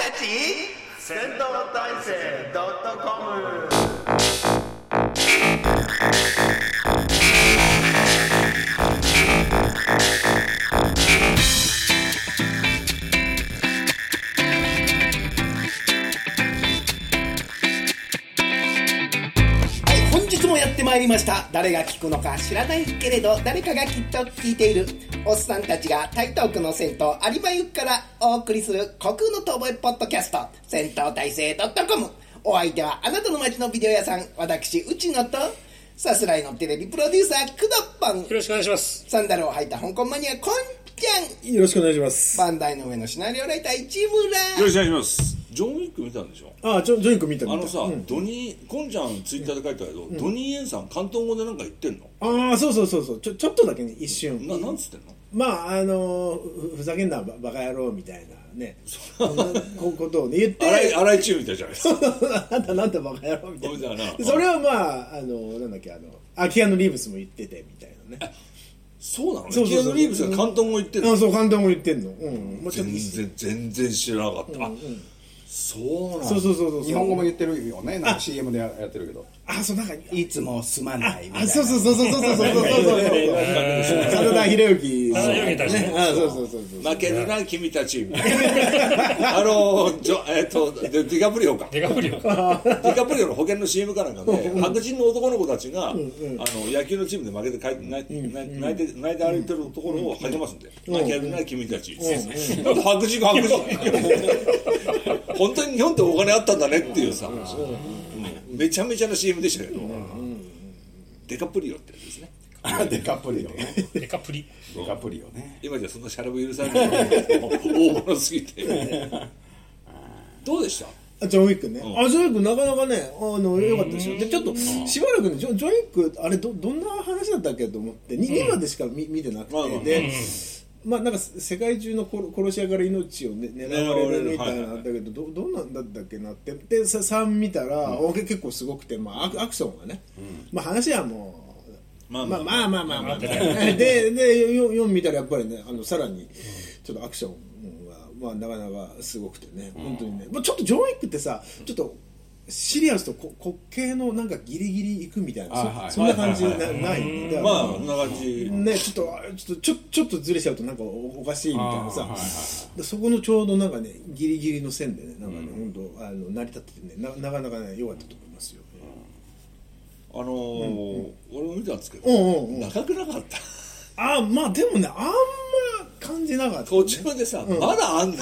ち戦闘態勢 .com。 本日もやってまいりました。誰が聞くのか知らないけれど誰かがきっと聞いているおっさんたちが台東区の銭湯有馬湯からお送りする虚空の遠吠えポッドキャスト、戦闘態勢 .com。 お相手はあなたの街のビデオ屋さん、私内野とさすらいのテレビプロデューサーくどっぽん、 よろしくお願いします。 サンダルを履いた香港マニアこんちゃん、 よろしくお願いします。 バンダイの上のシナリオライター市村。 よろしくお願いします。ジョン・ウィック見たんでしょ。 ああ、ジョインク見た。 ドニー、コンちゃんツイッターで書いたけど、ドニー・エンさん広東語でなんか言ってんの？ ああ、そうちょっとだけね、一瞬。 なんつってんの？ まあふざけんなバカ野郎みたいなねことをね言って、 荒井中みたいじゃないですか。 なんだバカ野郎みたいな。 なそれはまあなんだっけ、キアヌ・リーブスも言っててみたいなね。 そうなの？キアヌ・リーブスが広東語言ってんの？ そう、広東語言ってんの。もう全然知らなかった。そうなんだ。 そう日本語も言ってるよね。なんか CM でやってるけど。 あ、そう、なんかいつもすまないみたいな。 そう真田広之真田広之たちね。 負けるな君たち。ディカプリオか。 デカプリオ。 ディカプリオの保険の CM かなんかで、白人の男の子たちが野球のチームで負けて泣いて歩いてるところを励ますんで、負けるな君たち。なんで白人本当に日本ってお金あったんだねっていうさ、めちゃめちゃな CM でしたけど、デカプリオってやつですね。 デカプリオね。 デカプリ。 デカプリオね。 今じゃそんなシャラブ許されない大物すぎて。どうでした？ ジョン・ウィックね。ジョン・ウィックなかなかね、良かったですよ。で、ちょっとしばらくね、ジョン・ウィックあれどんな話だったっけと思って2話でしか見てなくて、で、まあなんか世界中の殺し屋から命を、ね、狙われるみたいなんだけど、どんなんだったっけなって、で3見たら、結構すごくて、まあアクションがね、まあ話はもうまあで4見たらやっぱりね、さらにちょっとアクションは、まあなかなかすごくてね、本当にね、まあ、ちょっとジョン・ウィックってさ、ちょっとシリアスと滑稽のなんかギリギリいくみたいな、そんな感じないんで、 まあこんな感じね、ちょっとずれちゃうとなんかおかしいみたいなさ、そこのちょうどなんかねギリギリの線でね、なんかね、本当成り立っててね、なかなかね良かったと思いますよ。 俺も見たんですけど、長くなかった。 まあでもね、あんま感じなかった、ね、 途中でさ、まだあんの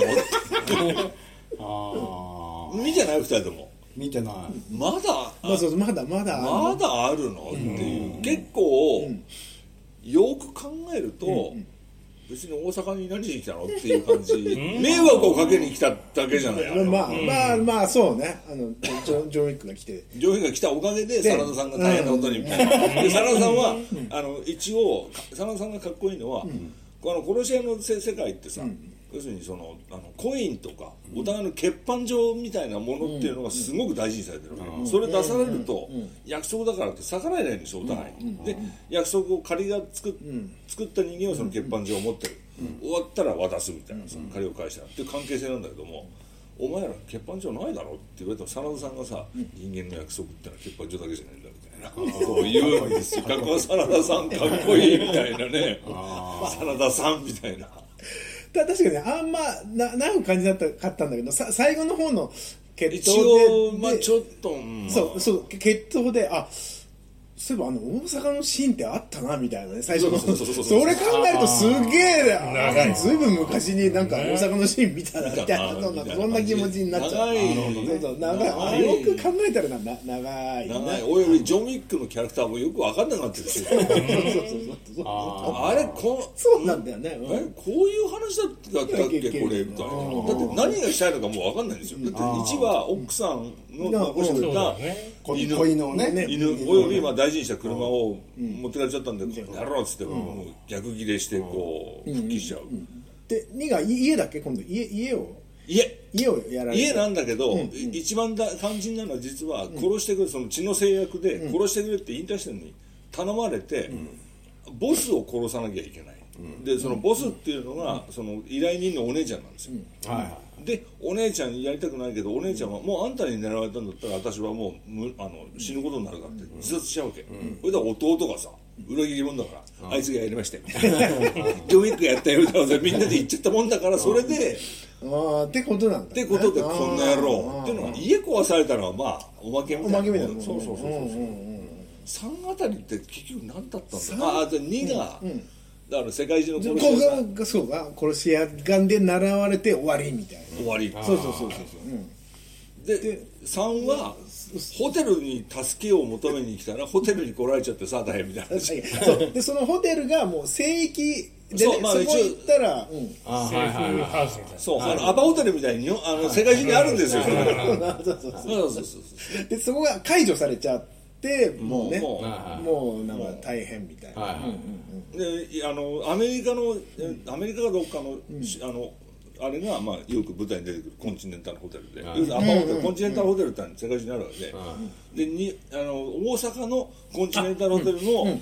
見てない2人とも見てない。 まだあるのっていう、結構よく考えると、別に大阪に何しに来たのっていう感じ。迷惑をかけに来ただけじゃない。 まあそうね、ジョン・ウィックが来て、 ジョン・ウィックが来たおかげで真田さんが大変なことにみたいな。で真田さんは一応真田さんがかっこいいのは、殺し屋の世界ってさ、要するにコインとかお互いの欠板状みたいなものっていうのがすごく大事にされてるわけ、それ出されると約束だからって逆らえないんでしょ、お互いに。で約束を仮が作った人間はその欠板状を持ってる、終わったら渡すみたいな、その仮を返したっていう関係性なんだけども、お前ら欠板状ないだろって言われたら真田さんがさ、人間の約束ってのは欠板状だけじゃないんだみたいなことを言うんですよ。真田さんかっこいいみたいなね、真田さんみたいな。 確かにね、あんま長く感じなかったんだけど、最後の方の決闘で、 一応まあちょっと、 そう決闘で、そういえば大阪のシーンってあったなみたいなね、最初のそれ考えるとすげえずいぶん昔になんか大阪のシーン見たらみたいな、そんな気持ちになっちゃう。長い。よく考えたら長い。 およびジョン・ウィックのキャラクターもよく分かんなくなってるし、あれそうなんだよね。 こういう話だったっけこれみたいな。だって何がしたいのかもう分かんないんですよ。だって1は奥さんの残してくれた恋のね、 犬および大事にした車を持ってかれちゃったんで、やろうっつってもう逆ギレしてこう復帰しちゃう。 で2が家だっけ、今度家をやられて、 家なんだけど、一番肝心なのは実は殺してくれ、その血の制約で殺してくれって引退してるのに頼まれて、ボスを殺さなきゃいけない。 でそのボスっていうのがその依頼人のお姉ちゃんなんですよ、 はいはいでお姉ちゃんやりたくないけどお姉ちゃんはもうあんたに狙われたんだったら私はもう死ぬことになるからって自殺しちゃうわけ、それで弟がさ裏切り者だからあいつがやりましたよジョーウィックやったよみたいなみんなで言っちゃったもんだからそれでってことなんだ、 ってことでこんな野郎っていうのは家壊されたのはまあおまけみたいなもんそう3あたりって結局何だったんだで2がだから世界中の殺し屋がそうか殺し屋がんで習われて終わりみたいな終わりそう、 で3はホテルに助けを求めに来たらホテルに来られちゃってさあ大変みたいなそうでそのホテルがもう聖域で、ね、そこ行ったら、 そうアパホテルみたいに世界中にあるんですよでそこが解除されちゃってもうねもうなんか大変みたいなでアメリカがどっかのあれが、まあ、よく舞台に出てくるコンチネンタルホテルで、要するにアパホテルコンチネンタルホテルって世界中にあるわけで、で大阪のコンチネンタルホテルの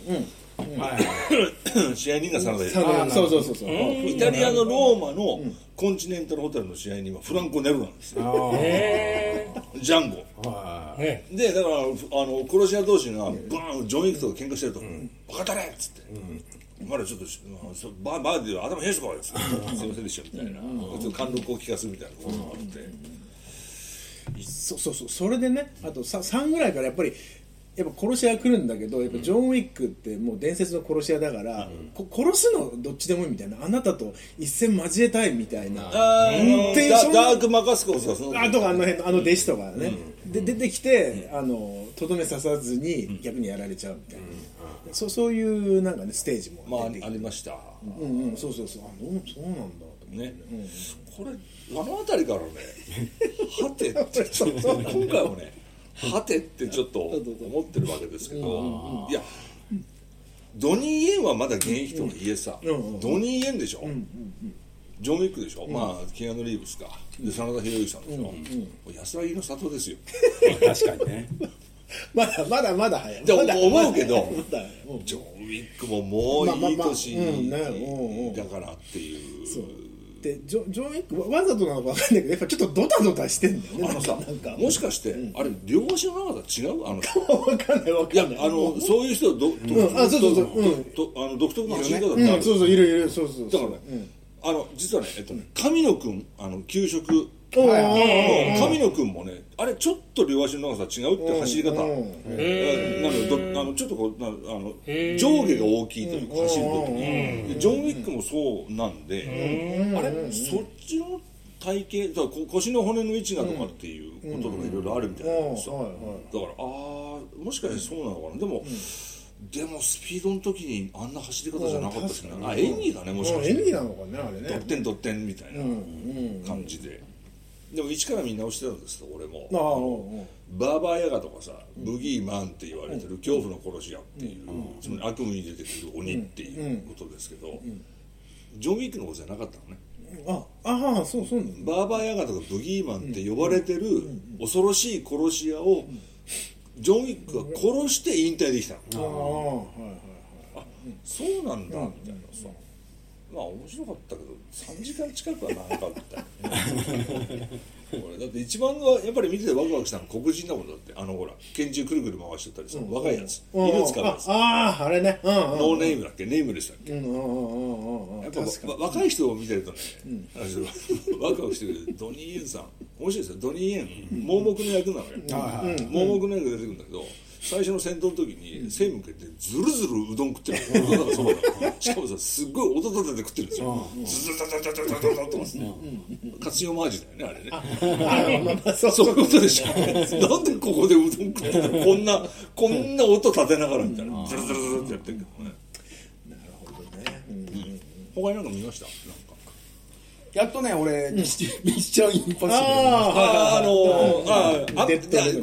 支配人が真田広之イタリアのローマのコンチネンタルホテルの支配人はフランコ・ネルなんですよジャンゴでだから殺し屋同士がバーンジョン・ウィックとか喧嘩してると「バカたれ!」っつって「まだちょっとバーで頭冷やしとか」っつって「すいませんでした」みたいな貫禄を聞かすみたいなことがあってそれでねあと3ぐらいからやっぱ殺し屋来るんだけどやっぱジョン・ウィックってもう伝説の殺し屋だから、殺すのどっちでもいいみたいなあなたと一戦交えたいみたいなダーク・マカスコスがとか弟子とかね、で出てきてとどめ刺さずに逆にやられちゃうみたいな、そういうなんかねステージもありました。 そうそうなんだとね、これあの辺りからねはてって今回もねはてってちょっと思ってるわけですけど、いやドニー・イエンはまだ現役とはいえさ、ドニー・イエンでしょ、ジョン・ウィックでしょ、まあキアヌ・リーブスかで真田広之さんでしょ、安らぎの里ですよ確かにねまだ早いって思うけどジョン・ウィックももういい年だからっていうでジョン・ウィックわざとなのか分かんないけどやっぱちょっとドタドタしてんだよねなんかもしかしてあれ両足の長さ違う分かんないいやそういう人独特の走り方ってあるそういるそうだからね実はね神野くん給食神野くんもねあれちょっと両足の長さ違うって走り方ちょっとこう上下が大きいというか走る時にジョン・ウィックもそうなんであれそっちの体型腰の骨の位置がとかっていうこととかいろいろあるみたいなんですよだからもしかしてそうなのかなでもスピードの時にあんな走り方じゃなかったですね演技だねもしかして演技なのかねあれねドッテンみたいな感じででも一から見直してたんですよ俺もバーバーヤガとかさブギーマンって言われてる恐怖の殺し屋っていうつまり悪夢に出てくる鬼っていうことですけどジョン・ウィックのことじゃなかったのねそうバーバーヤガとかブギーマンって呼ばれてる恐ろしい殺し屋をジョン・ウィックが殺して引退できたのそうなんだみたいなさまあ面白かったけど3時間近くは長かった俺だって一番はやっぱり見ててワクワクしたの黒人だもんだってほら拳銃くるくる回してたりさ若いやつ犬使うやつあれねノーネームだっけネームレスだっけやっぱ若い人を見てるとねワクワクしてくるドニー・イエンさん面白いですよドニー・イエン盲目の役なのよ盲目の役が出てくるんだけど最初の戦闘の時に背向けてずるずるうどん食ってるしかもさすっごい音立てて食ってるんですよズズズズズズズズとますね活用マージだよねあれねそういうことでしょなんでここでうどん食ってるのこんな音立てながらみたいなズルズルズルってやってるけどねなるほどね他になんか見ましたやっとね俺ミッションインポッシブルごめん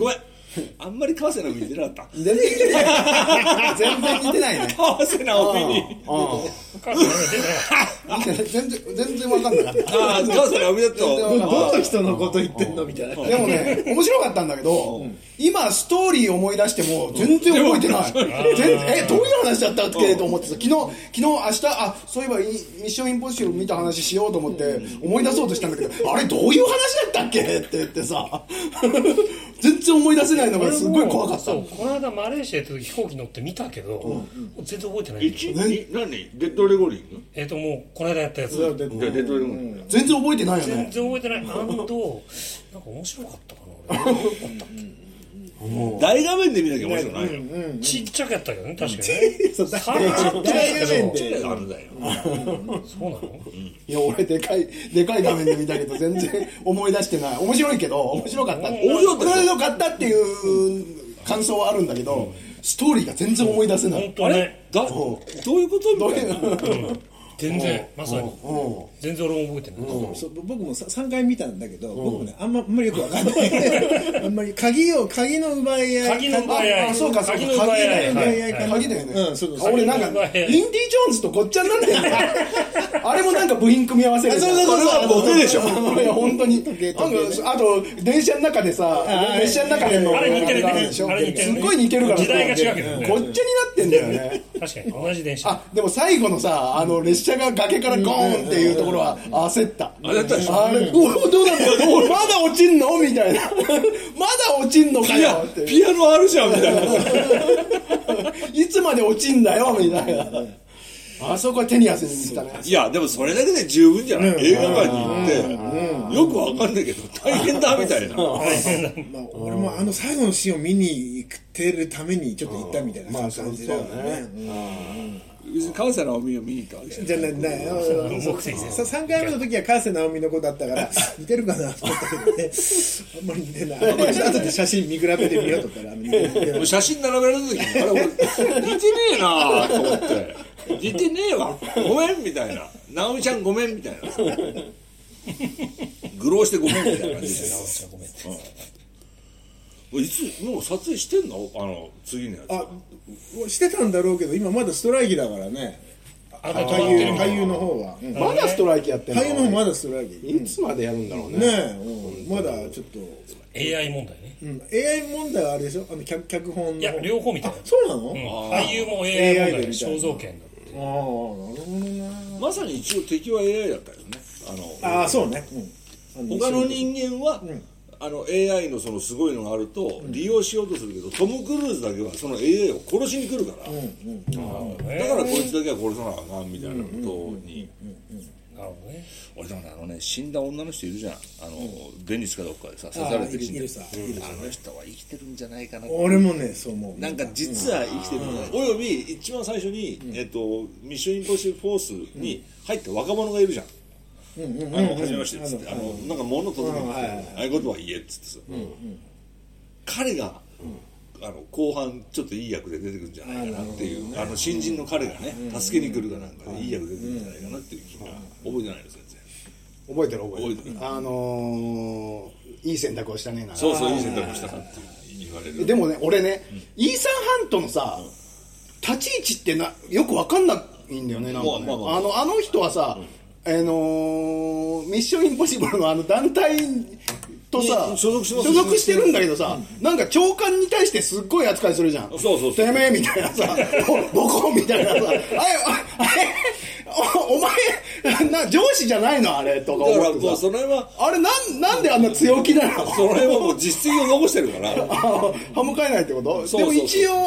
あんまり川瀬直美似てなかった。 全然似てない全然似てないね川瀬直美に。 全然分かんなかったああ、川瀬直美だと。 全然わかんないどの人のこと言ってんのみたいな。 でもね面白かったんだけど、今ストーリー思い出しても全然覚えてないどういう話だったっけと思ってさ、昨日明日そういえばミッションインポッシブル見た話しようと思って思い出そうとしたんだけど、あれどういう話だったっけって言ってさ全然思い出せないのがすごい怖かった。 そうこの間マレーシア行った時飛行機乗って見たけど、全然覚えてないんだよ。 何デッドレコーディング？ もうこの間やったやつデッドレコーディング。 全然覚えてないよね。 全然覚えてない。なんか面白かったかな俺。 大画面で見なきゃ面白くないよ。 ちっちゃかったけどね確かにね。 そう大大画面であれだよ。 そうなの？ いや俺でかい画面で見たけど全然思い出してない。面白いけど面白かった。面白かったっていう感想はあるんだけど、ストーリーが全然思い出せない。 本当ね。 どういうことみたいな。 全然まさに全然俺も覚えてない。 そう僕も3回見たんだけど、僕もねあんまりよくわかんないあんまり鍵の奪い合い、 鍵の奪い合い、 そうか鍵の奪い合い、 鍵だよね。 そう俺なんかインディ・ジョーンズとごっちゃになってんだよあれもなんか部品組み合わせるじゃん。 それはボケでしょ。 いや本当にあと電車の中でさ、列車の中でのあれ似てるね。 すっごい似てるから時代が違うけどね。 ごっちゃになってんだよね。 確かに同じ電車。 でも最後のさ列車が崖からゴーンっていうところは焦った。 焦ったでしょ。 あれどうなんだよまだ落ちんのみたいなまだ落ちんのかよってピアノあるじゃんみたいな。 いつまで落ちんだよみたいな。あそこは手に汗握ったね。 いやでもそれだけで十分じゃない。映画館に行ってよくわかんないけど大変だみたいな。 俺も最後のシーンを見に行ってるためにちょっと行ったみたいな感じだよね。 別に川瀬直美を見に行ったわけじゃない3回目の時は川瀬直美の子だったから似てるかなと思ったけどねあんまり似てない。後で写真見比べてみようとったら似てない。 写真並べられた時にあれ俺似てねえなと思って似てねえわごめんみたいな、直美ちゃんごめんみたいな愚弄してごめんみたいな感じでいつもう撮影してんの次のやつ。 してたんだろうけど今まだストライキだからね。俳優の方はまだストライキやってんの？ 俳優の方まだストライキ。 いつまでやるんだろうね。 まだちょっと AI 問題ね。 AI 問題はあれでしょ、脚本の。 いや両方みたいな。 そうなの？ 俳優も AI 問題、肖像権だって。 なるほどね。 まさに一応敵は AI だったよね。 そうね。 他の人間はAI のそのすごいのがあると利用しようとするけど、トム・クルーズだけはその AI を殺しに来るから、だからこいつだけは殺さなあかんみたいなことに。 なるほどね。 俺でもね死んだ女の人いるじゃん、ベニスかどっかでさ刺されて死んでる。あの人は生きてるんじゃないかな。 俺もねそう思う。 なんか実は生きてるんじゃない、および一番最初にミッションインポッシブルフォースに入った若者がいるじゃん。はじめましてっつってなんか物届けてああいうことは言えっつってさ、彼が後半ちょっといい役で出てくるんじゃないかなっていう、新人の彼がね助けに来るかなんかでいい役で出てくるんじゃないかなっていう気が覚えてないの全然。 覚えてるいい選択をしたね。 そういい選択をしたなって言われる。 でもね俺ねイーサン・ハントのさ立ち位置ってよく分かんないんだよね。なんかねあの人はさミッションインポッシブルの団体とさ所属してるんだけどさ、なんか長官に対してすっごい扱いするじゃん。 そうてめえみたいなさボコみたいなさお前上司じゃないのあれとか思ってさ、 その辺はあれなんであんな強気なの。 その辺はもう実績を残してるから歯向かえないってこと。でも一応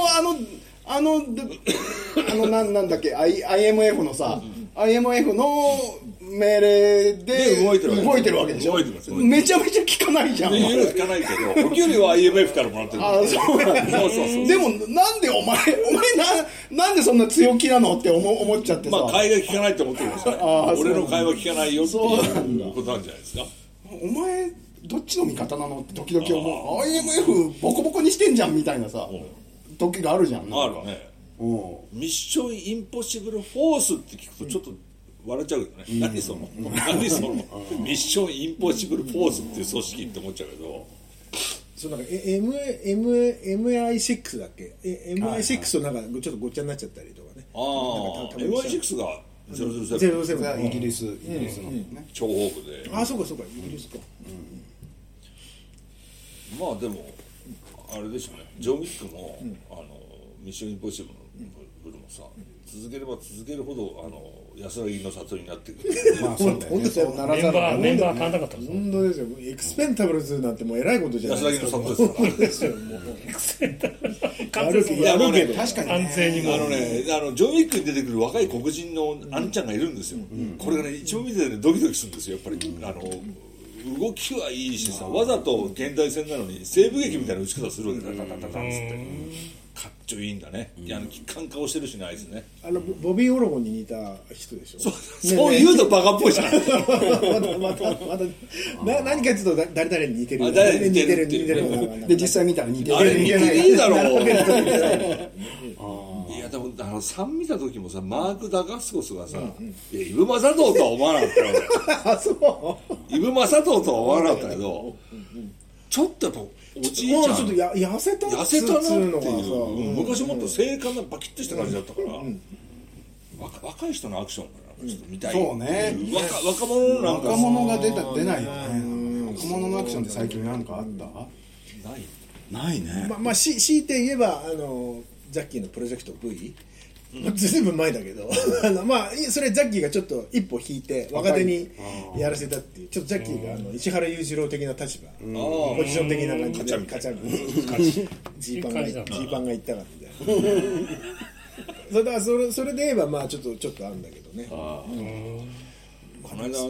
なんだっけ IMF のさ、IMF の命令で動いてるわけでしょ。めちゃめちゃ効かないじゃん。 言うの効かないけどお給料は IMF からもらってる。 そうなんだ。でもなんでお前なんでそんな強気なのって思っちゃってさ。 まあ会話聞かないと思ってるんですよ。俺の会話聞かないよっていうことなんじゃないですか。 お前どっちの味方なのって時々思う。IMF ボコボコにしてんじゃんみたいなさ時があるじゃん。 あるね。ミッションインポッシブルフォースって聞くとちょっと笑っちゃうけどね、何そのミッションインポッシブルフォースっていう組織って思っちゃうけど、 そうなんか MI6 だっけ、MI6 となんかちょっとごっちゃになっちゃったりとかね。 ああ MI6 が007 007 イギリスのね、 超北部で、 あ、そうかそうか、イギリスか。 まあでもあれでしょうね、ジョン・ウィックも、ミッション・インポッシブルもさ、続ければ続けるほど安らぎの里になってくる。 まあそうだよね、そうならざるを得ないメンバー変わんなかったぞ。 本当ですよ。エクスペンタブルズなんてもうえらいことじゃない安らぎの里ですから。 ですよ。もう完全にやるけど、 確かに安全にもジョン・ウィックに出てくる若い黒人のあんちゃんがいるんですよ。これがね、一応見ててね、ドキドキするんですよ、やっぱり。動きはいいしさ、わざと現代戦なのに西部劇みたいな打ち方するわけだ、タタタタンつって。かっちょいいんだね。機関顔してるしね、あいつね。 ボビー・オロゴンに似た人でしょ。 そういうのバカっぽいじゃん。 また何かちょっと誰々に似てる。 誰に似てるで実際見たら似てる。 あれ似てねえだろ。 いいやでも3見た時もさ、マーク・ダガスコスがさ、いやイブ・マサトウとは思わなかったよあ、そう。 イブ・マサトウとは思わなかったけど、ちょっとやっぱおじいちゃんちょっと痩せた痩せたなっていう、 のがさ、 昔もっと精悍なバキッとした感じだったから、若い人のアクションがちょっと見たい。 そうね、 若者のなんか若者が出ないよね。若者のアクションって最近なんかあった？ないね。 まあ強いて言えばザッキーのプロジェクト V、ずいぶん前だけどまあそれザッキーがちょっと一歩引いて若手にやらせたっていう、ちょっとザッキーが石原裕次郎的な立場、ポジション的な感じでカチャンジーパンがいったかみたいなそれで言えばまあちょっとあるんだけどね。 この間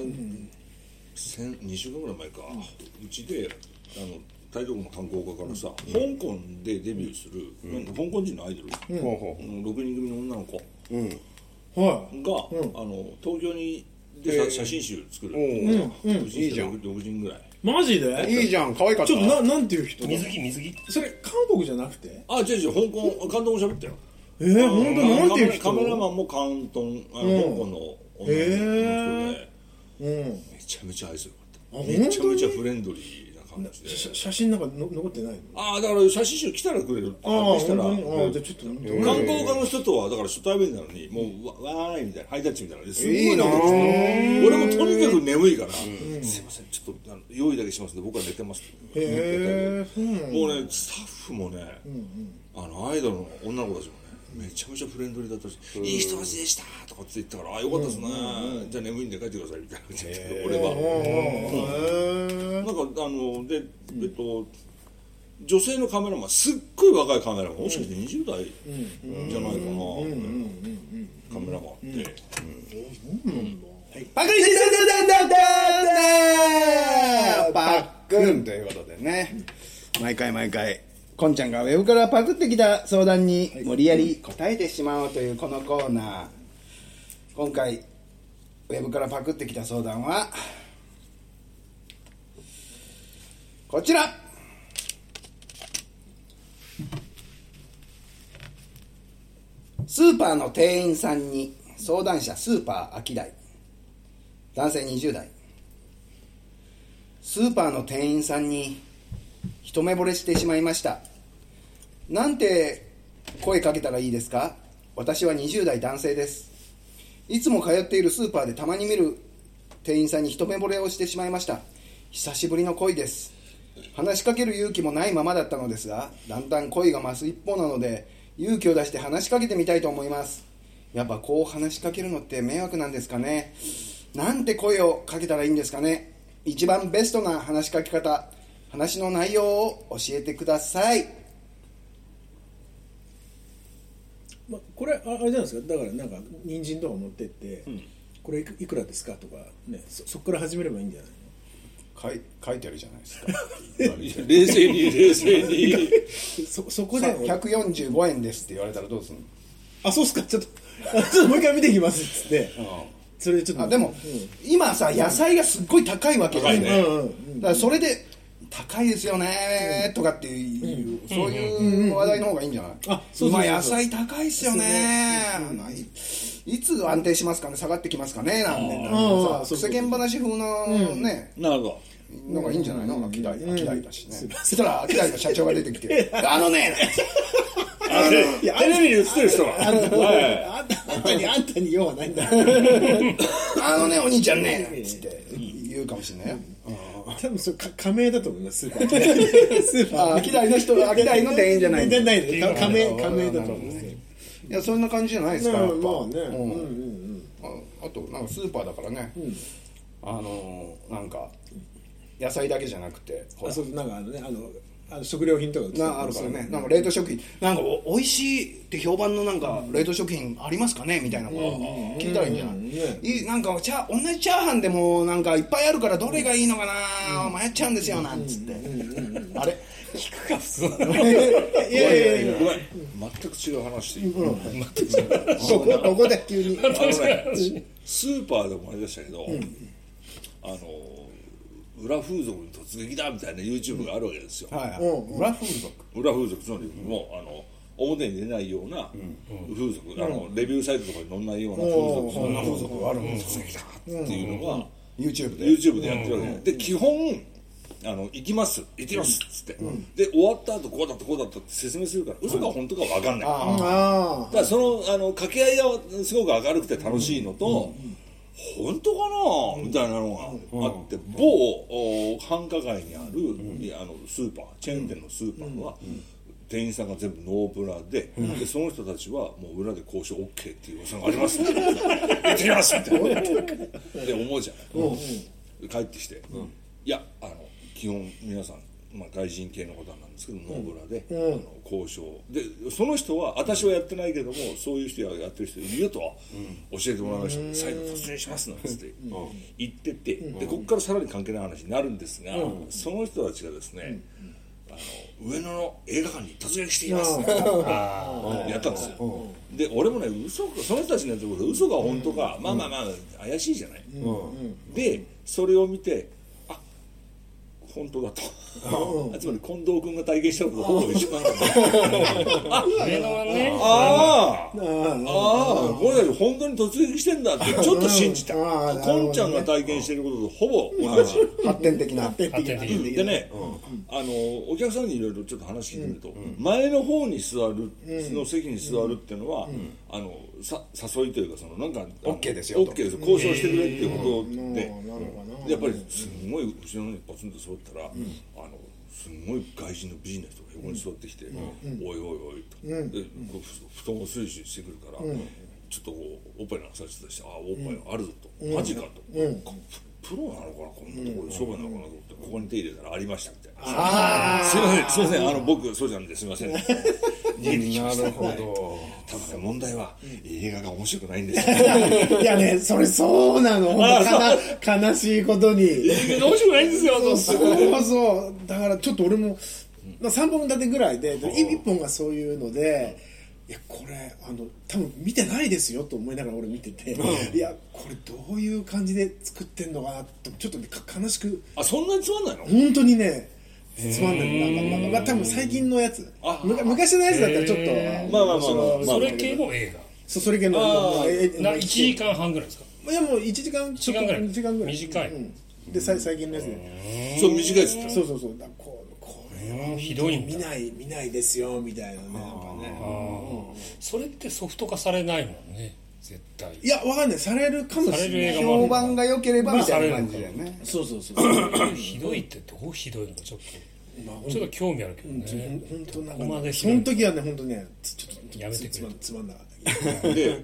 2週間ぐらい前か、うちで台東区の観光家からさ、香港でデビューする、なんか香港人のアイドル、6人組の女の子が、東京にで写真集作るっていうのが、 いいじゃん、 6人ぐらい。 マジでいいじゃん、可愛かった。 ちょっとなんていう人？ 水着それ韓国じゃなくて？ 違う香港、関東も喋ったよ。 本当なんていう人？ カメラマンも広東、香港の女の人で、めちゃめちゃ愛想よかった。めちゃめちゃフレンドリー。 写真なんか残ってないの？ だから写真集来たらくれる。したら、 じゃあちょっと観光家の人とはだから初対面なのに、もうわーいみたいなハイタッチみたいな。すごいいな。 俺もとにかく眠いから、すいませんちょっと用意だけしますんで僕は寝てますって。もうねスタッフもね、アイドルの女の子たちもね、めちゃめちゃフレンドリーだったし、いい人たちでしたとかって言ったから、よかったですね、じゃあ眠いんで帰ってくださいみたいな感じで、俺はなんかで女性のカメラマン、すっごい若いカメラマン、もしかして20代じゃないかな、カメラマンってパクリシダパックンということでね、毎回こんちゃんがウェブからパクってきた相談に無理やり答えてしまおうというこのコーナー。今回ウェブからパクってきた相談はこちら。スーパーの店員さんに相談者スーパーアキダイ、男性20代。スーパーの店員さんに一目惚れしてしまいました。なんて声かけたらいいですか？私は20代男性です。いつも通っているスーパーでたまに見る店員さんに一目惚れをしてしまいました。久しぶりの恋です。話しかける勇気もないままだったのですが、だんだん恋が増す一方なので勇気を出して話しかけてみたいと思います。やっぱこう話しかけるのって迷惑なんですかね。なんて声をかけたらいいんですかね。一番ベストな話しかけ方、話の内容を教えてください。 これあれじゃないですか。だからなんか人参とか持ってって、これいくらですかとかね、そこから始めればいいんじゃないの？ 書いてあるじゃないですか。 冷静にそこで 145円ですって言われたらどうするの？ あ、そうっすか、ちょっともう一回見てきますっつって、それでちょっとでも、今さ野菜がすっごい高いわけだよね。だからそれで高いですよねとかっていう、そういう話題の方がいいんじゃない？今野菜高いですよね、いつ安定しますかね、下がってきますかねなんて世間話風のね、 なるほど。 のがいいんじゃないの？アキダイだしね。そしたらアキダイの社長が出てきて「あのね」 いやテレビに映ってる人はあんたに用はないんだ。 あのねお兄ちゃんねつって言うかもしれないよ。 多分それ仮名だと思います。スーパーアキダイの人、アキダイの店員じゃないんだ。 じゃないです。仮名だと思います。 いやそんな感じじゃないですか。やっぱまあね。 あとなんかスーパーだからね。なんか野菜だけじゃなくて、 そうなんか食料品とかあるからね。なんか冷凍食品なんか美味しいって評判のなんか冷凍食品ありますかねみたいなこと聞いたらいいんじゃない？なんか同じチャーハンでもなんかいっぱいあるからどれがいいのかな迷っちゃうんですよなんつって。あれ聞くか普通。 いやごめん全く違う話でいい？ ここで急にスーパーでもあれでしたけど、裏風俗に突撃だみたいな YouTube があるわけですよ。 裏風俗つまりもう表に出ないような風俗、レビューサイトとかに載んないような風俗、 そんな風俗があるんです突撃だっていうのが YouTube でやってるわけで、基本行きますっつって、で終わった後こうだったって説明するから嘘か本当か分かんない。だからその掛け合いがすごく明るくて楽しいのと、本当かなみたいなのがあって、某繁華街にあるスーパーチェーン店のスーパーは店員さんが全部ノーブラで、その人たちはもう裏で交渉 OK っていう噂がありますって行ってきますみたいなで思うじゃない。帰ってきて、いや基本皆さん、外人系の方なんですけどノーブラで、交渉で、その人は私はやってないけどもそういう人やってる人いるよとは教えてもらいました。再度突入しますなんつって言ってて、でここからさらに関係ない話になるんですが、その人たちがですね、上野の映画館に突撃していますやったんですよ。で俺もねその人たちのやつは嘘が本当か、まあ怪しいじゃない。でそれを見て本当だとつまり近藤君が体験したこととほぼ一緒なんだ。これたち本当に突撃してんだってちょっと信じた。こんちゃんが体験していることとほぼ同じ発展的なでね、お客さんにいろいろちょっと話聞いてみると、前の方に座るの席に座るっていうのは誘いというかなんか OK ですよと OK です交渉してくれっていうことで、やっぱりすごい後ろにポツンと座ったら、すごい外人の美人な人が横に座ってきて、おいと、で布団をスリスリしてくるから、ちょっとこうおっぱいなんかさせてして、おっぱいあるぞと、マジかと、プロなのかなこんなところで商売なのかなと思って、ここに手入れたらありましたみたいな。すいません僕そうじゃんですいません。逃げてきました。なるほど。ただね問題は映画が面白くないんですよ。 いやねそれそうなの。悲しいことに映画が面白くないんですよ。 そうだからちょっと俺も3本立てぐらいで1本がそういうので。いやこれ多分見てないですよと思いながら俺見てて、いやこれどういう感じで作ってんのかなとちょっと、ね、悲しく。 そんなにつまんないの？ 本当にねつまんない。なんか多分最近のやつ昔のやつだったらちょっとそれ系の映画それ系の 1時間半ぐらいですか？ いやもう1時間ぐらい短い、 で最近のやつでそう短いっすね。 そうこれはひどいんだ。 見ないですよみたいなね。 それってソフト化されないもんね絶対。 いやわかんないされるかもしれない。 評判が良ければみたいな感じだよね。 そうひどいってどうひどいのかちょっと興味あるけどね。 本当なんかその時はね本当ねちょっとやめてくれつまんなかったで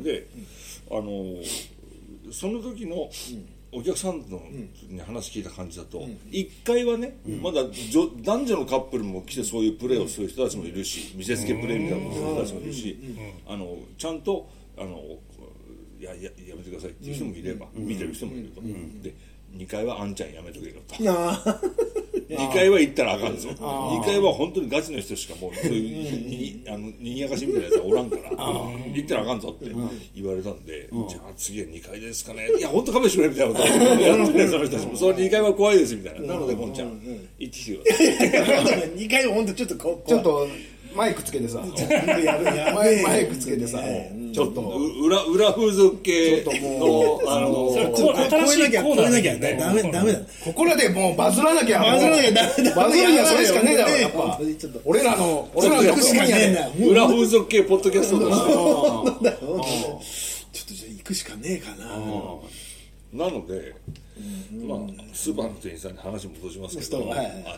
その時のお客さんのに話聞いた感じだと、1回はね、まだ男女のカップルも来てそういうプレーをする人たちもいるし、見せつけプレーみたいなことをする人たちもいるし、ちゃんとやめてくださいっていう人もいれば、見てる人もいると、で2回はあんちゃんやめとけよと2回は行ったらあかんぞ2回は本当にガチの人しかもうそういうにぎやかしみたいなやつはおらんから行ったらあかんぞって言われたんで、じゃあ次は2回ですかね、いや本当勘弁してくれみたいなことをやってねその人たちも、その2回は怖いですみたいな、なのでこんちゃん行ってきてください。 2回は本当ちょっとマイクつけてさマイクつけてさちょっと裏風俗系のそれ新しいコーナーなきゃダメだ。 ここらでもうバズらなきゃバズらなきゃダメだ。 バズるにはそれしかねえだろやっぱぱ俺らの行くしかねえんだよ。 裏風俗系ポッドキャストとしてちょっとじゃあ行くしかねえかな。 なので、まあスーパーの店員さんに話戻しますけど、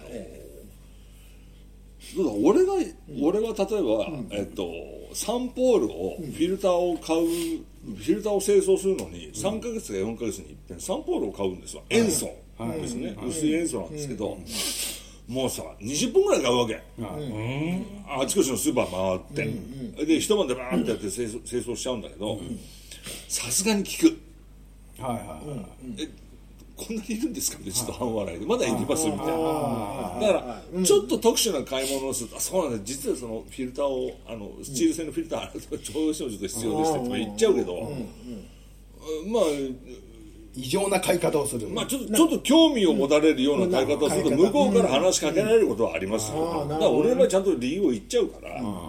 どうだ俺が例えば、サンポールをフィルターを買う、フィルターを清掃するのに3ヶ月か4ヶ月に一遍サンポールを買うんですよ。塩素ですね、薄い塩素なんですけど、もうさ20本ぐらい買うわけ、あちこちのスーパー回って、で一晩でバーってやって清掃しちゃうんだけど、さすがに効く。こんなにいるんですかね、ちょっと半笑いでまだいりますみたいな。だからちょっと特殊な買い物をすると、そうなんです、実はそのフィルターをスチール製のフィルターどうしてもちょっと必要ですって言っちゃうけど、まあ異常な買い方をする。 まあちょっと興味を持たれるような買い方をすると向こうから話しかけられることはありますよ。だから俺はちゃんと理由を言っちゃうから。だから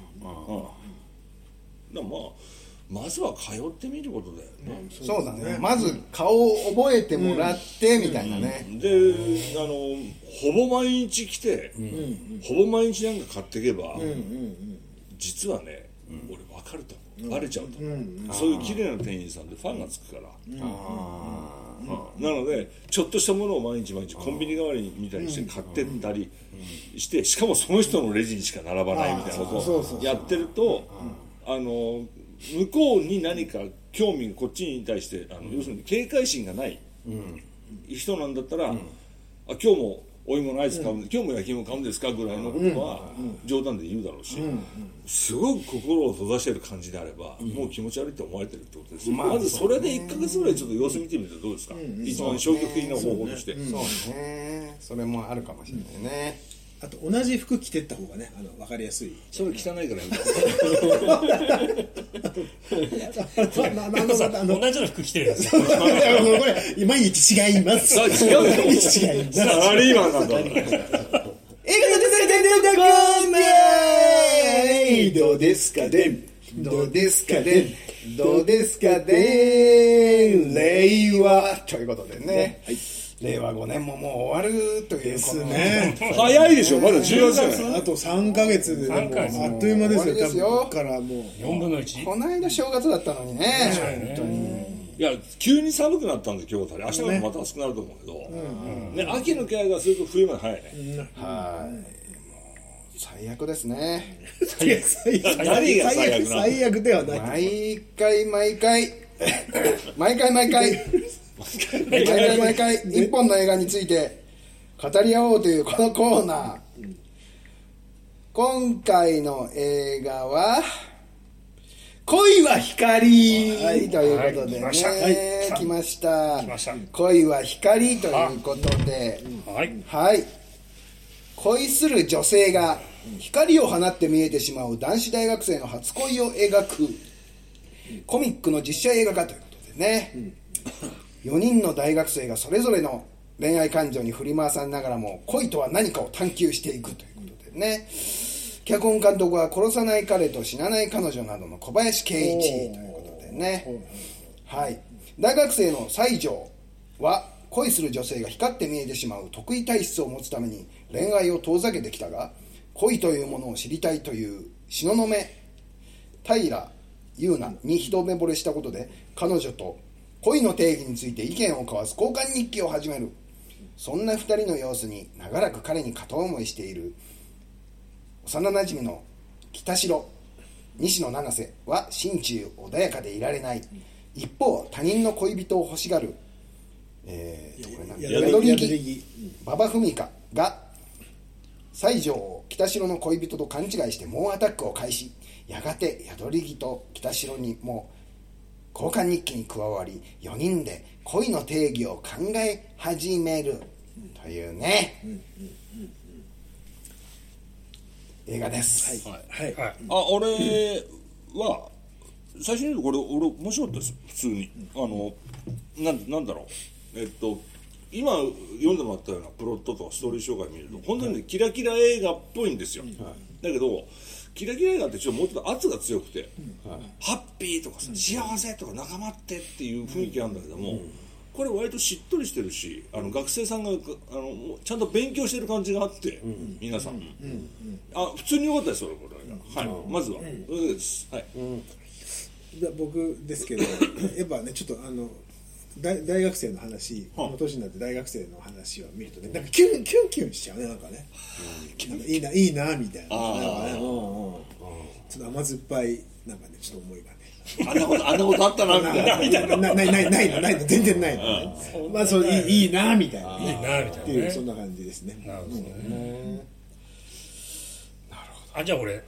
まずは通ってみることだよね。 そうだね。まず顔を覚えてもらってみたいなね。 でほぼ毎日来て、ほぼ毎日なんか買っていけば、実はね、俺分かるとバレちゃうと、そういう綺麗な店員さんでファンがつくから。なのでちょっとしたものを毎日コンビニ代わりみたいにして買ってったりして、しかもその人のレジにしか並ばないみたいなことをやってると、向こうに何か興味がこっちに対して要するに警戒心がない人なんだったら、今日もお芋のアイス買うんで、今日も焼き芋買うんですかぐらいのことは冗談で言うだろうし、すごく心を閉ざしてる感じであれば、もう気持ち悪いって思われてるってことですよ。まずそれで1ヶ月ぐらいちょっと様子見てみるとどうですか、一番消極的な方法として。 そうね、それもあるかもしれないね。 あと同じ服着てった方がね、分かりやすい。 それ汚いからやめて同じの服着てるやつ。 これ毎日違います。 違うよ。 毎日違います。 サラリーマンなんだ。 映画のデザインどうですかね、どうですかね、どうですかね、令和ということでね、令和5年ももう終わるということね。 早いでしょ、まだ10月じゃない。 あと3ヶ月で、もうあっという間ですよ、多分からもう 4分の1。 この間正月だったのにね、本当に。 いや急に寒くなったんで今日明日からまた暑くなると思うけど、秋の気配がすると冬まで早いね。 はい、もう最悪ですね。 何が最悪なの？ 最悪ではない。 毎回一本の映画について語り合おうというこのコーナー、今回の映画は恋は光、ということでね、来ました。恋は光ということで、恋する女性が光を放って見えてしまう男子大学生の初恋を描くコミックの実写映画化ということでね、4人の大学生がそれぞれの恋愛感情に振り回されながらも恋とは何かを探求していくということでね、脚本監督は殺さない彼と死なない彼女などの小林圭一ということでね、大学生の西条は恋する女性が光って見えてしまう特異体質を持つために恋愛を遠ざけてきたが、恋というものを知りたいという東雲平優奈に一目惚れしたことで、彼女と恋の定義について意見を交わす交換日記を始める。そんな二人の様子に長らく彼に片思いしている幼なじみの北城西野七瀬は心中穏やかでいられない。一方他人の恋人を欲しがる宿り馬場文香が西条を北城の恋人と勘違いして猛アタックを開始。やがて宿り木と北城にも交換日記に加わり、4人で恋の定義を考え始めるというね、映画です。 俺は最初にこれ俺面白かったです。普通になんだろう、 今読んでもらったようなプロットとかストーリー紹介見ると本当に、ね、キラキラ映画っぽいんですよ、だけどキラキラ映画ってちょっともうちょっと圧が強くて、ハッピーとかさ、幸せとか仲間ってっていう雰囲気あるんだけども、これ割としっとりしてるし、学生さんがちゃんと勉強してる感じがあって、皆さん、普通に良かったですよこれが、はい、まずは、それです、はい、 僕ですけどやっぱねちょっと大学生の話、この年になって大学生の話を見るとねなんかキュンキュンしちゃうね、なんかね、なんかいいなみたいな、なんかね、ちょっと甘酸っぱいなんかねちょっと思いがね、 あんなことあったなみたいなないの全然ないのね、まあそういいなみたいな、 いいなみたいな、 っていうそんな感じですね。 なるほどね。あ、じゃあ俺、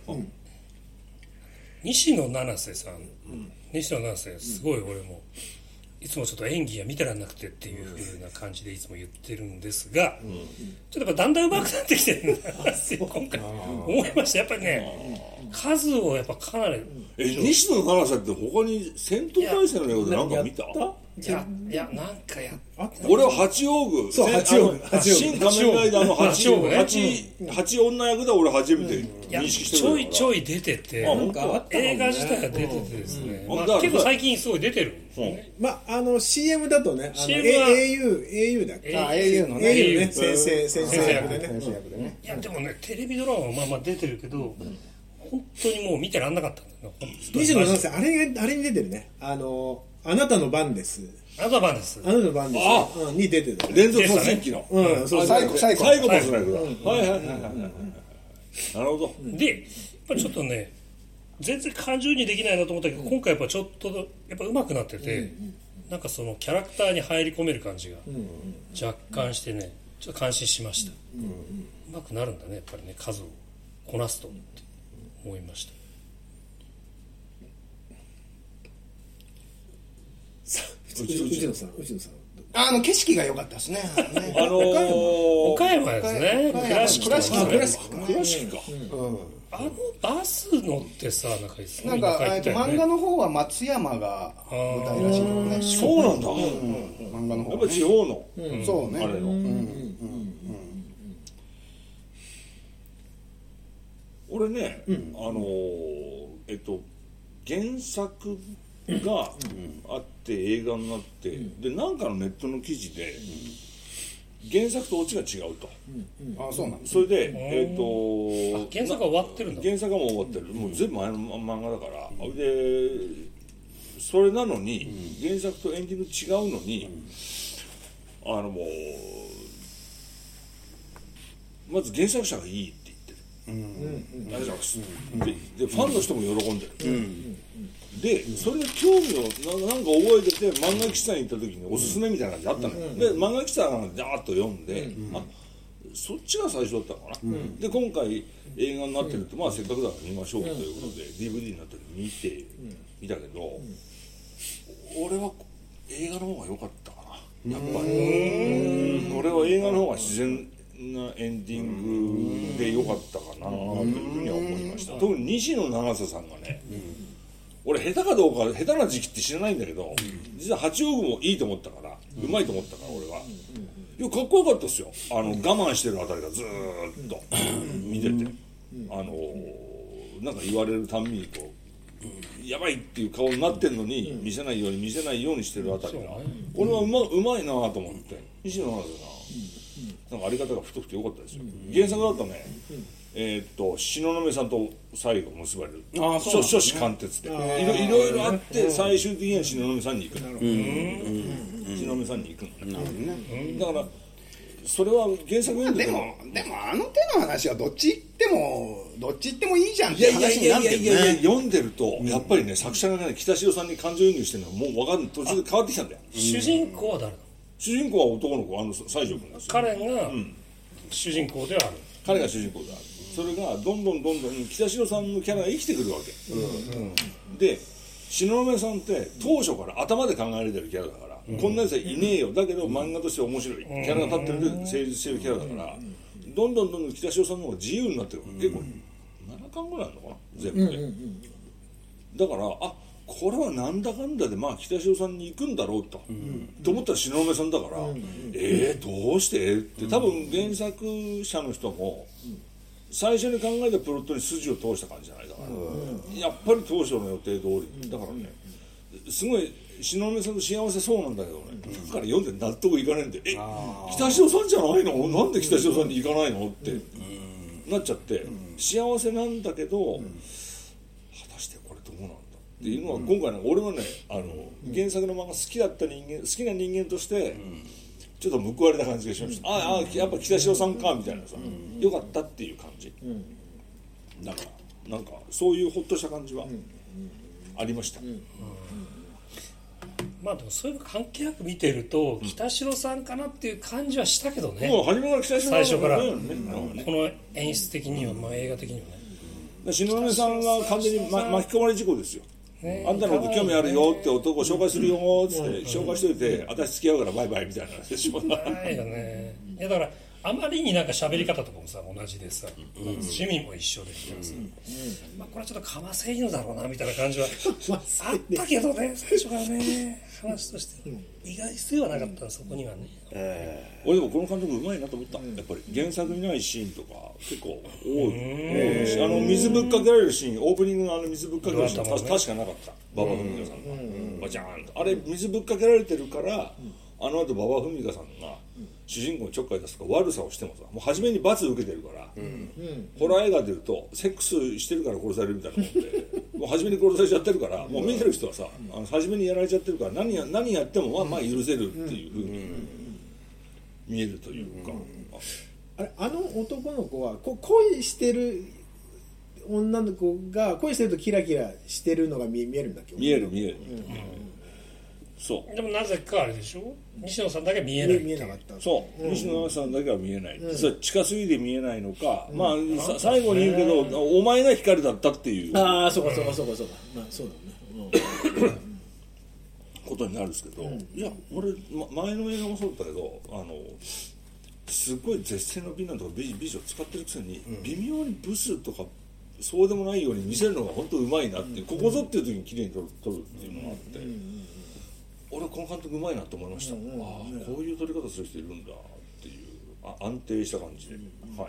西野七瀬さん、西野七瀬すごい俺もいつもちょっと演技が見てらんなくてっていう風な感じでいつも言ってるんですが、ちょっとやっぱだんだん上手くなってきてるんだなって今回思いました。やっぱりね、数をやっぱかなり西野七瀬って他に戦闘態勢の映画で何か見た？ いやなんかや俺は八王宮、 そう八王宮新仮面ライダーの八女役で俺初めて認識してるからちょい出てて、映画自体が出ててですね、結構最近すごい出てるんですよね。 まあCM だとね、 CM は au だっけ、 au のね au ね、先生役でね、 いやでもねテレビドラマはまあまあ出てるけど、本当にもう見てらんなかったんだよ。 西野七瀬あれに出てるね、あなたの番です。 あなたの番です。 あなたの番ですに出てる。 連続殺人鬼の。 そう最後最後のスナイクだ。はい。なるほど。 で、やっぱりちょっとね、全然感情にできないなと思ったけど、今回やっぱちょっとやっぱ上手くなってて、なんかそのキャラクターに入り込める感じが若干してね、ちょっと感心しました。上手くなるんだね、やっぱりね、数をこなすとって思いました。 内野さん景色が良かったですね。 岡山ですね。倉敷か。バス乗ってさ、 なんか漫画の方は松山が舞台らしいけどね。 そうなんだ。 漫画の方。 やっぱ地方の。 そうね。 あれの。俺ね、原作があって映画になって、でなんかのネットの記事で原作とオチが違うと、 そうなんです。 それで原作が終わってるんだ。 原作がもう終わってる、もう全部前の漫画だから、でそれなのに、原作とエンディング違うのに、もうまず原作者がいいって言ってる、ありがとうございます、でファンの人も喜んでる、でそれで興味をなんか覚えてて、漫画喫茶に行った時におすすめみたいな感じあったのよ、で漫画喫茶なんかジャーッと読んで、そっちが最初だったのかな、で今回映画になってるって、まあせっかくだから見ましょうということで、DVD になった時に見たけど、俺は映画の方が良かったかな、やっぱり。俺は映画の方が自然なエンディングで良かったかなというふうには思いました。特に西野七瀬さんがね、俺下手かどうか下手な時期って知らないんだけど、実は八王宮もいいと思ったから、うまいと思ったから俺は、いやかっこよかったですよ。我慢してるあたりがずーっと見てて、なんか言われるたんびにこうやばいっていう顔になってんのに、見せないようにしてるあたりが、俺はうまいなと思って、西野七瀬さんなんかあり方が太くてよかったですよ。原作だとね、東雲さんと最後結ばれる初子貫徹でいろいろあって、最終的には東雲さんに行くの。東雲さんに行くの。だからそれは原作読んでても、 でもあの手の話はどっち行ってもいいじゃんって話になってるね。 読んでるとやっぱりね、作者がね、北城さんに感情移入してるのはもう分かんない、途中で変わってきたんだよ。 主人公は誰なの？ 主人公は男の子、西条君ですよ。 彼が主人公ではある。 彼が主人公である。それがどんどん北城さんのキャラが生きてくるわけ、で東雲さんって当初から頭で考えられてるキャラだから、こんなやつはいねえよ、だけど漫画として面白いキャラが立ってるで成立してるキャラだから、どんどん北城さんの方が自由になってる。結構7巻ぐらいあるのかな全部で、だからここれはなんだかんだでまあ北塩さんに行くんだろうと、と思ったら東雲さんだから、どうしてって多分原作者の人も最初に考えたプロットに筋を通した感じじゃないだから、やっぱり当初の予定通りだからね、すごい東雲さんと幸せそうなんだけどね、だから読んで納得いかないんで、北塩さんじゃないの、なんで北塩さんに行かないのってなっちゃって、幸せなんだけど、果たしてこれどうなんだっていうのは、今回ね、俺はね原作の漫画好きな人間としてちょっと報われた感じがしました。やっぱ北塩さんかみたいなさ、よかったっていう感じ、だからなんかそういうほっとした感じはありました。 まあでもそういうの関係なく見てると北城さんかなっていう感じはしたけどね、 もう初めから北塩さん最初から、 この演出的には、まあ、映画的にはね、 東雲さんが完全に、巻き込まれ事故ですよ。あんたのこと興味あるよって男を紹介するよっつって紹介しといて、私付き合うからバイバイみたいな話でしょ。 ないよね。いやだからあまりになんか喋り方とかもさ同じでさ、趣味も一緒でみたいなさ、まあこれはちょっとかませ犬だろうなみたいな感じはあったけどね、最初からね、話として意外性はなかったそこにはね。 俺でもこの監督うまいなと思った。やっぱり原作にないシーンとか結構多い。水ぶっかけられるシーン、オープニングの水ぶっかけられるシーン確かなかった。馬場文香さんがバチャーンとあれ水ぶっかけられてるから、あの後馬場文香さんが主人公にちょっかい出すか悪さをしてもさ、もう初めに罰受けてるから、ホラー映画で言うとセックスしてるから殺されるみたいなもんでもう初めに殺されちゃってるから、もう見てる人はさ初めにやられちゃってるから、何やってもまあ許せるっていうふうに見えるというか、 あの男の子は恋してる女の子が恋してるとキラキラしてるのが見えるんだっけ。 見える、そうでもなぜかあれでしょ、西野さんだけ見えない。 見えなかった。 そう、西野さんだけは見えない、それ近すぎて見えないのか、まあ最後に言うけど、お前が光だったっていうああそうか、まあそうだね、 ことになるんですけど、いや俺、前の映画もそうだったけど、すごい絶世の美男とか美女を使ってるくせに、微妙にブスとかそうでもないように見せるのが本当うまいなっていう、ここぞっていう時に綺麗に撮るっていうのがあって、俺はこの監督うまいなと思いました。こういう撮り方する人いるんだっていう安定した感じで、はい。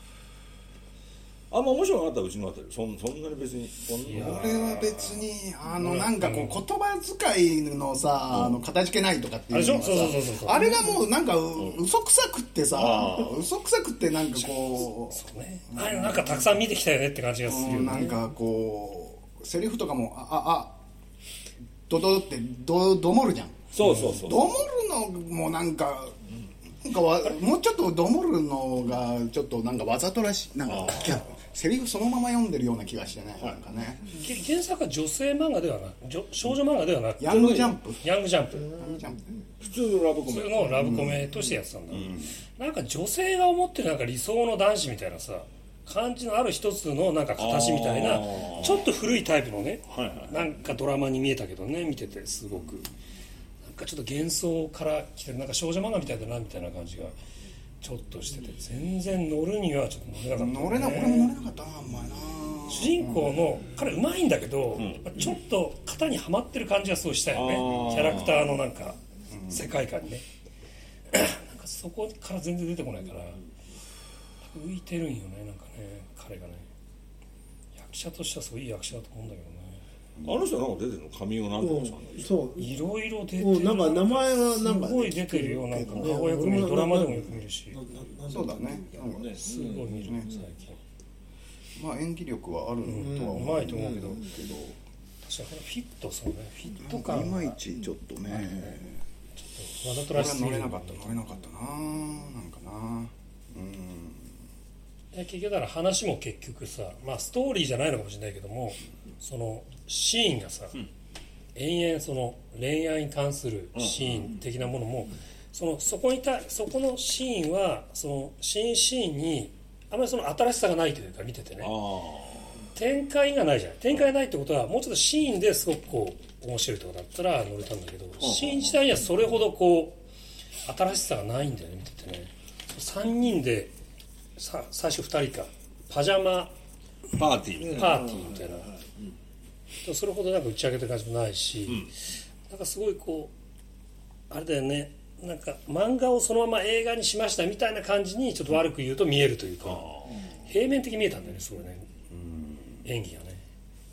あんま面白くなかったらうちのあたりそんなに別に俺は別になんかこう言葉遣いのさかたじけないとかっていうのがさ、あれがもうなんか嘘くさくってさ、嘘くさくってなんかこうそうね、あれなんかたくさん見てきたよねって感じがするよね。 なんかこうセリフとかもドドってどもるじゃん。 そうどもるのもなんかもうちょっとどもるのがちょっとなんかわざとらしい、なんかセリフそのまま読んでるような気がしてね、なんかね。 原作は女性漫画ではなく、少女漫画ではなく、 ヤングジャンプ普通のラブコメ、 普通のラブコメとしてやってたんだ、なんか女性が思ってるなんか理想の男子みたいなさ感じのある一つのなんか形みたいな、ちょっと古いタイプのね、なんかドラマに見えたけどね、見ててすごくなんかちょっと幻想から来てる、なんか少女漫画みたいだなみたいな感じがちょっとしてて、全然乗るにはちょっと乗れなかった、ね、 俺も乗れなかったな、お前な。 主人公の彼うまいんだけど、ちょっと型にはまってる感じがすごいしたよね、キャラクターのなんか世界観にねなんかそこから全然出てこないから浮いてるんよね、なんかね、彼がね役者としてはすごいいい役者だと思うんだけどね。 あの人なんか出てるの、神尾なんとかさん、 そういろいろ出てる、 なんか名前はなんかすごい出てるよ、なんか顔よく見る、ドラマでもよく見るし、 そうだね、 すごい見るね最近。 まあ演技力はあるとはうまいと思うけど、確かにフィット、そうね、フィット感いまいちちょっとね、 わざとらしすぎる。 乗れなかったな、なんかな。 結局だから話も結局さ、まあストーリーじゃないのかもしれないけども、そのシーンがさ、延々その恋愛に関するシーン的なものも、そこのシーンはその新シーンにあまりその新しさがないというか、見ててね、展開がないじゃない。展開がないってことはもうちょっとシーンですごくこう面白いとこだったら乗れたんだけど、シーン自体にはそれほどこう新しさがないんだよね、見ててね。3人で最初2人かパジャマパーティーみたいな、 それほどなんか打ち上げてる感じもないし、なんかすごいこうあれだよね、なんか漫画をそのまま映画にしましたみたいな感じにちょっと悪く言うと見えるというか、平面的に見えたんだよね、すごいね、演技がね、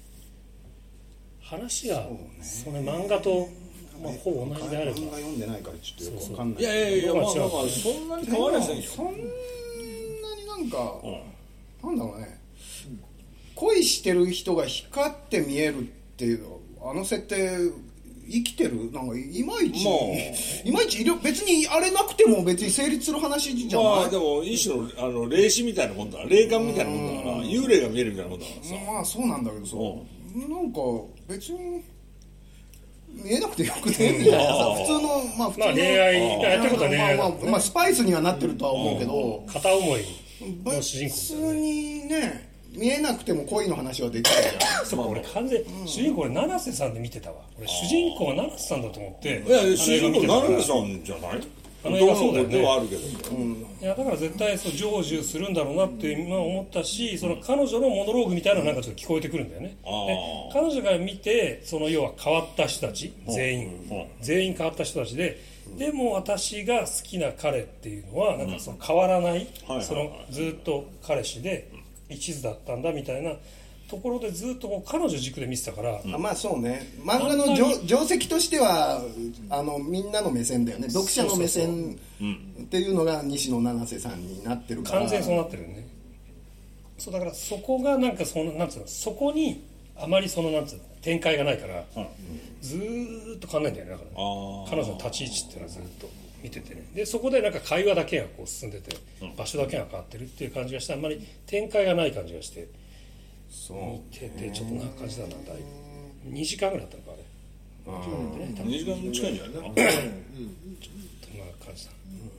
話がその漫画と、まあ、ほぼ同じであれば、 漫画読んでないからちょっとよくわかんない。 いやまあそんなに変わらないですよ。 そんなになんか、なんだろうね、恋してる人が光って見えるっていうあの設定生きてる、なんかいまいち別にあれなくても別に成立する話じゃない。 まあでも一種の霊視みたいなもんだから、霊感みたいなもんだから、幽霊が見えるみたいなもんだからさ。 まあそうなんだけどさ、なんか別に見えなくてよくねみたいなさ、普通のまあ恋愛やってることは恋愛だ、 まあスパイスにはなってるとは思うけど、 片思いの主人公普通にね見えなくても恋の話はできるじゃん。 そうか、俺完全主人公俺七瀬さんで見てたわ。俺主人公は七瀬さんだと思って、 いや主人公七瀬さんじゃない？ あの映画そうだよね。 ではあるけど、 いやだから絶対そう成就するんだろうなって今思ったし、その彼女のモノローグみたいなのなんかちょっと聞こえてくるんだよね。で彼女が見てその要は変わった人たち全員変わった人たちで、でも私が好きな彼っていうのはなんかその変わらない、そのずっと彼氏で一途だったんだみたいなところでずっとこう彼女軸で見てたから、 まあそうね、漫画の定石としてはみんなの目線だよね、読者の目線っていうのが西野七瀬さんになってるから、 完全にそうなってるよね。そうだからそこがなんかそのなんつうの、そこにあまりそのなんつうの展開がないから、ずーっと変わんないんだよね。だから彼女の立ち位置っていうのはずっと見ててね、でそこでなんか会話だけがこう進んでて、場所だけが変わってるっていう感じがして、あんまり展開がない感じがして、見ててちょっとな感じだな。だいぶ2時間ぐらいあったのかあれ、 2時間も近いんじゃないかな。 ちょっとな感じだ。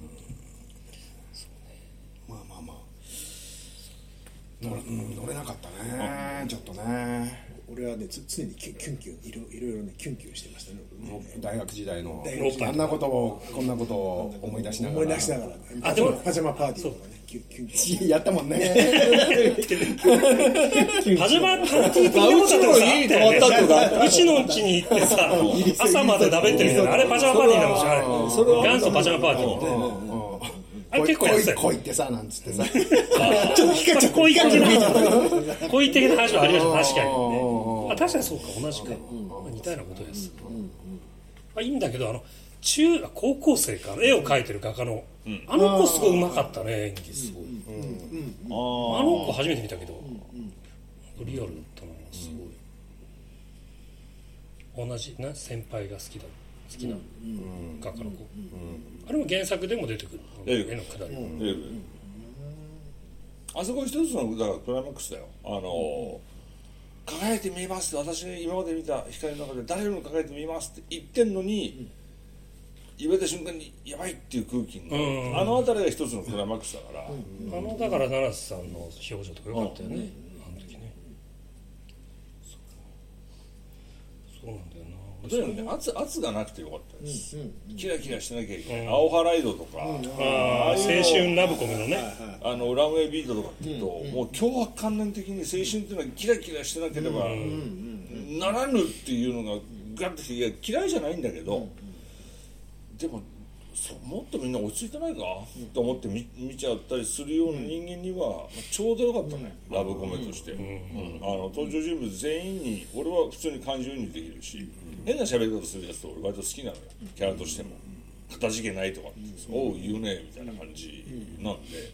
まあ乗れなかったね、ちょっとね。 俺はね常にキュンキュンいろいろねキュンキュンしてましたね。 大学時代のあんなことをこんなことを思い出しながらね、 あでもパジャマパーティーとかね、キュンキュンやったもんね。 パジャマパーティー的なことだったらさ、家に泊まったってことうちの家に行ってさ、朝まで食べてるみたいな、あれパジャマパーティーなんでしょ、あれ元祖パジャマパーティー。あれ結構やってたよ。 恋ってさなんつってさ、 ちょっと光っちゃった。恋的な話はありました、確かにね。確かにそうか、同じか、似たようなことです。いいんだけど、高校生か絵を描いてる画家の、あの子すごいうまかったね、演技すごい。あの子初めて見たけど、リアルだったな、すごい。同じな先輩が好きな画家の子、あれも原作でも出てくる、絵のくだり、 あそこ一つのだからクライマックスだよ。輝いて見えますって、私が今まで見た光の中で誰よりも輝いて見えますって言ってんのに、言われた瞬間にやばいっていう空気になる、あの辺りが一つのクライマックスだから、 だから七瀬さんの表情とか良かったよね、あの時ね。そうなんだよな。 とにかくね、圧がなくてよかったです、キラキラしなきゃいけない、青ハライドとか、 青春ラブコメのね、 ランウェイビートとかっていうと、もう強迫観念的に青春っていうのはキラキラしてなければならぬっていうのがガッときて、いや嫌いじゃないんだけど、でももっとみんな落ち着いてないか、と思って見ちゃったりするような人間にはちょうどよかったね、ラブコメとして、登場人物全員に俺は普通に感情移入できるし、変な喋り方するやつと俺割と好きなのよ、キャラとしても。かたじけないとかって、おう言うねみたいな感じなんで、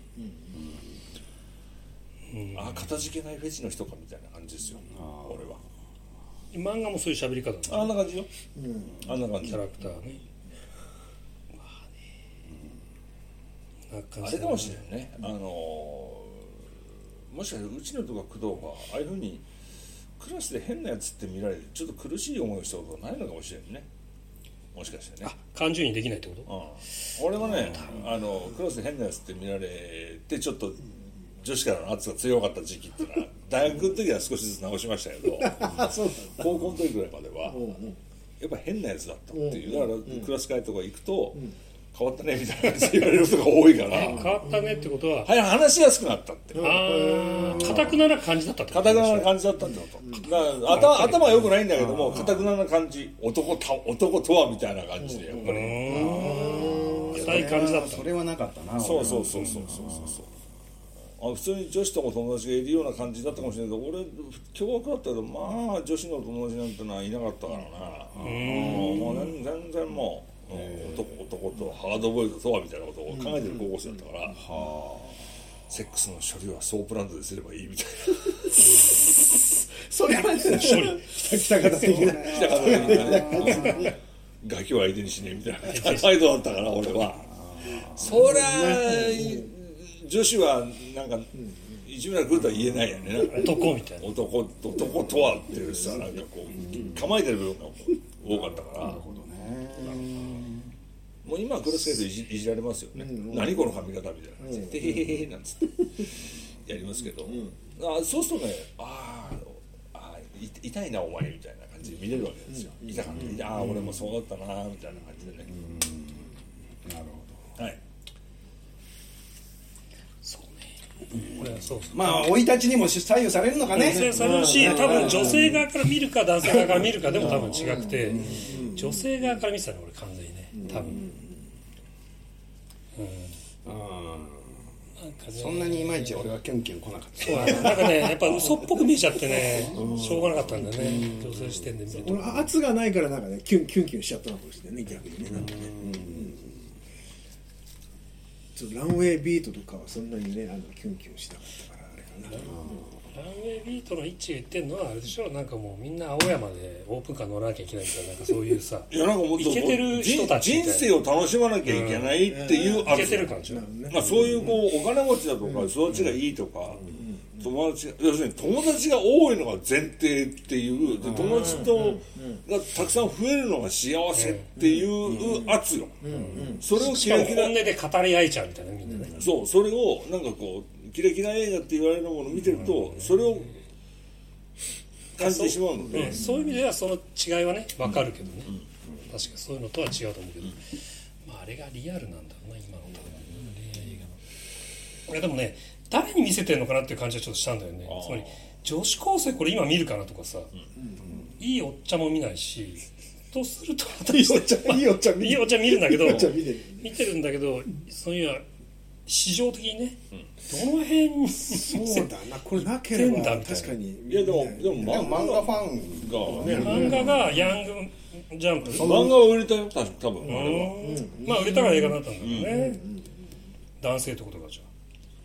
かたじけないフェチの人かみたいな感じですよ、俺は。 漫画もそういう喋り方だね、 あんな感じよ、あんな感じ。 キャラクターね、 あれかもしれないね、もしかしたらうちのとか工藤がああいうふうにクラスで変なやつって見られてちょっと苦しい思いをしたことはないのかもしれないね、もしかしてね。 感情にできないってこと？ 俺はね、クラスで変なやつって見られてちょっと女子からの圧が強かった時期っていうのは大学の時は少しずつ直しましたけど高校の時ぐらいまではやっぱ変なやつだったっていう。だからクラス会とか行くと変わったねみたいな感じで言われることが多いから変わったねってことは、 話しやすくなったって、 堅くなな感じだったってこと堅くなな感じだったってこと、だから頭は良くないんだけども堅くなな感じ、男とはみたいな感じでやっぱり硬い感じだった。 それはなかったな。 そう普通に女子とも友達がいるような感じだったかもしれないけど、俺共学だったけどまあ女子の友達なんてのはいなかったからな。もう全然もう男とハードボイルドとはみたいなことを考えてる高校生だったから、セックスの処理はソープランドですればいいみたいなそれはね、 北方的なガキを相手にしねえみたいな態度だったから俺は。そりゃ女子はなんか一村来るとは言えないよね。 男みたいな。 男とはっていうさ、なんかこう構えてる部分が多かったから。なるほどね。もう今はクロスケースいじられますよね。何この髪型みたいな感じで、てへへへなんつってやりますけど、そうするとね、痛いなお前みたいな感じで見れるわけですよ。痛かった。俺もそうだったなみたいな感じでね。 なるほど。 はい。 まあ生い立ちにも左右されるのかね。 左右されるし、多分女性側から見るか男性側から見るかでも多分違くて、女性側から見てたね俺完全にね、多分。なんかね、 そんなにいまいち俺はキュンキュン来なかった。 そうなんかね、やっぱ嘘っぽく見えちゃってね、しょうがなかったんだよね、女性視点で見ると。 俺圧がないからなんかねキュンキュンしちゃったのかもしれないね、逆にね。なんかね、ランウェイビートとかはそんなにねキュンキュンしなかったからあれかな。 ランウェイビートの位置が言ってるのはあれでしょ、なんかもうみんな青山でオープンカー乗らなきゃいけないみたいな、なんかそういうさ、 いやなんかもっとイケてる人たちみたいな、 人生を楽しまなきゃいけないっていう、 イケてる感じ、 まあそういうこうお金持ちだとか育ちがいいとか、友達要するに友達が多いのが前提っていう、で友達とがたくさん増えるのが幸せっていう圧よ。それをしかも本音で語り合えちゃうみたいな、みんなね。 そう、それをなんかこうキラキラ映画って言われるものを見てると、それを感じてしまうので、 そういう意味ではその違いはね分かるけどね、確かにそういうのとは違うと思うけど、まああれがリアルなんだろうな、今の恋愛映画の。いやでもね、誰に見せてるのかなっていう感じはちょっとしたんだよね。つまり女子高生これ今見るかなとかさ、いいおっちゃんも見ないし、とするといいおっちゃん見るんだけど、 見てるんだけど、そういう市場的にね、どの辺にそうだな、これなければ確かに。 いやでも漫画ファンが漫画がヤングジャンプ、 漫画は売れたよ多分あれは。 まあ売れたから映画になったんだけどね、男性ってことかじゃあ。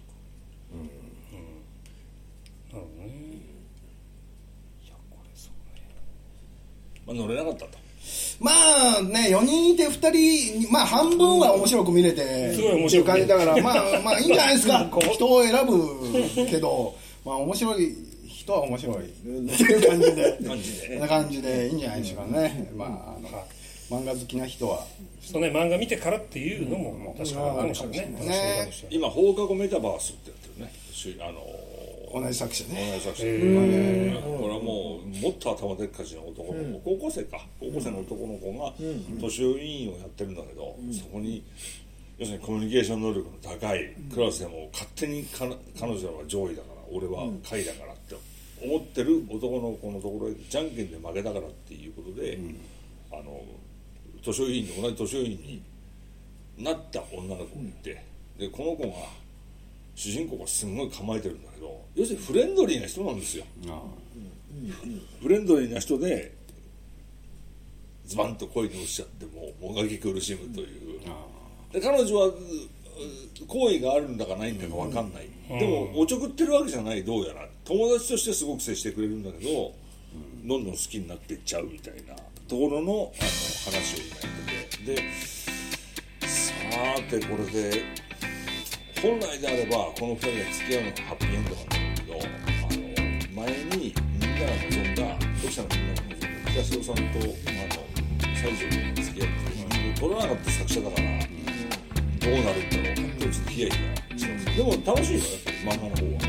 なるほどね。いやこれそうね。 乗れなかったと。 まあね、4人いて2人、まあ半分は面白く見れてすごい面白い感じだから、まあいいんじゃないですか。人を選ぶけど、まあ面白い人は面白いっていう感じでいいんじゃないでしょうかね。まあ漫画好きな人はそうね、漫画見てからっていうのも確かにあるかもしれないね。 今放課後メタバースってやってるね。 同じ作者ね。 これはもっと頭でっかちな男の子、高校生の男の子が図書委員をやってるんだけど、そこに要するにコミュニケーション能力の高いクラスでも勝手に彼女は上位だから俺は下位だからって思ってる男の子のところへじゃんけんで負けたからっていうことで、同じ図書委員になった女の子がいて、でこの子が主人公がすごい構えてるんだけど、要するにフレンドリーな人なんですよ。フレンドリーな人でズバンと恋に落ちちゃってもがき苦しむという。で彼女は好意があるんだかないんだか分かんない、でもおちょくってるわけじゃない、どうやら友達としてすごく接してくれるんだけど、どんどん好きになっていっちゃうみたいなところの話を今やってて、でさてこれで本来であればこの2人が付き合うのがハッピーエンドなんだけど、前にみんなが望んだ読者のみんなが望んだ東尾さんと西条君が付き合うっていうのを取らなかった作者だから、どうなるんだろうかってちょっとヒヤヒヤしてます。でも楽しいよやっぱり漫画の方は。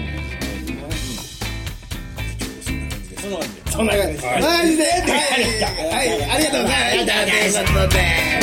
そんな感じです。はい、ありがとうございました。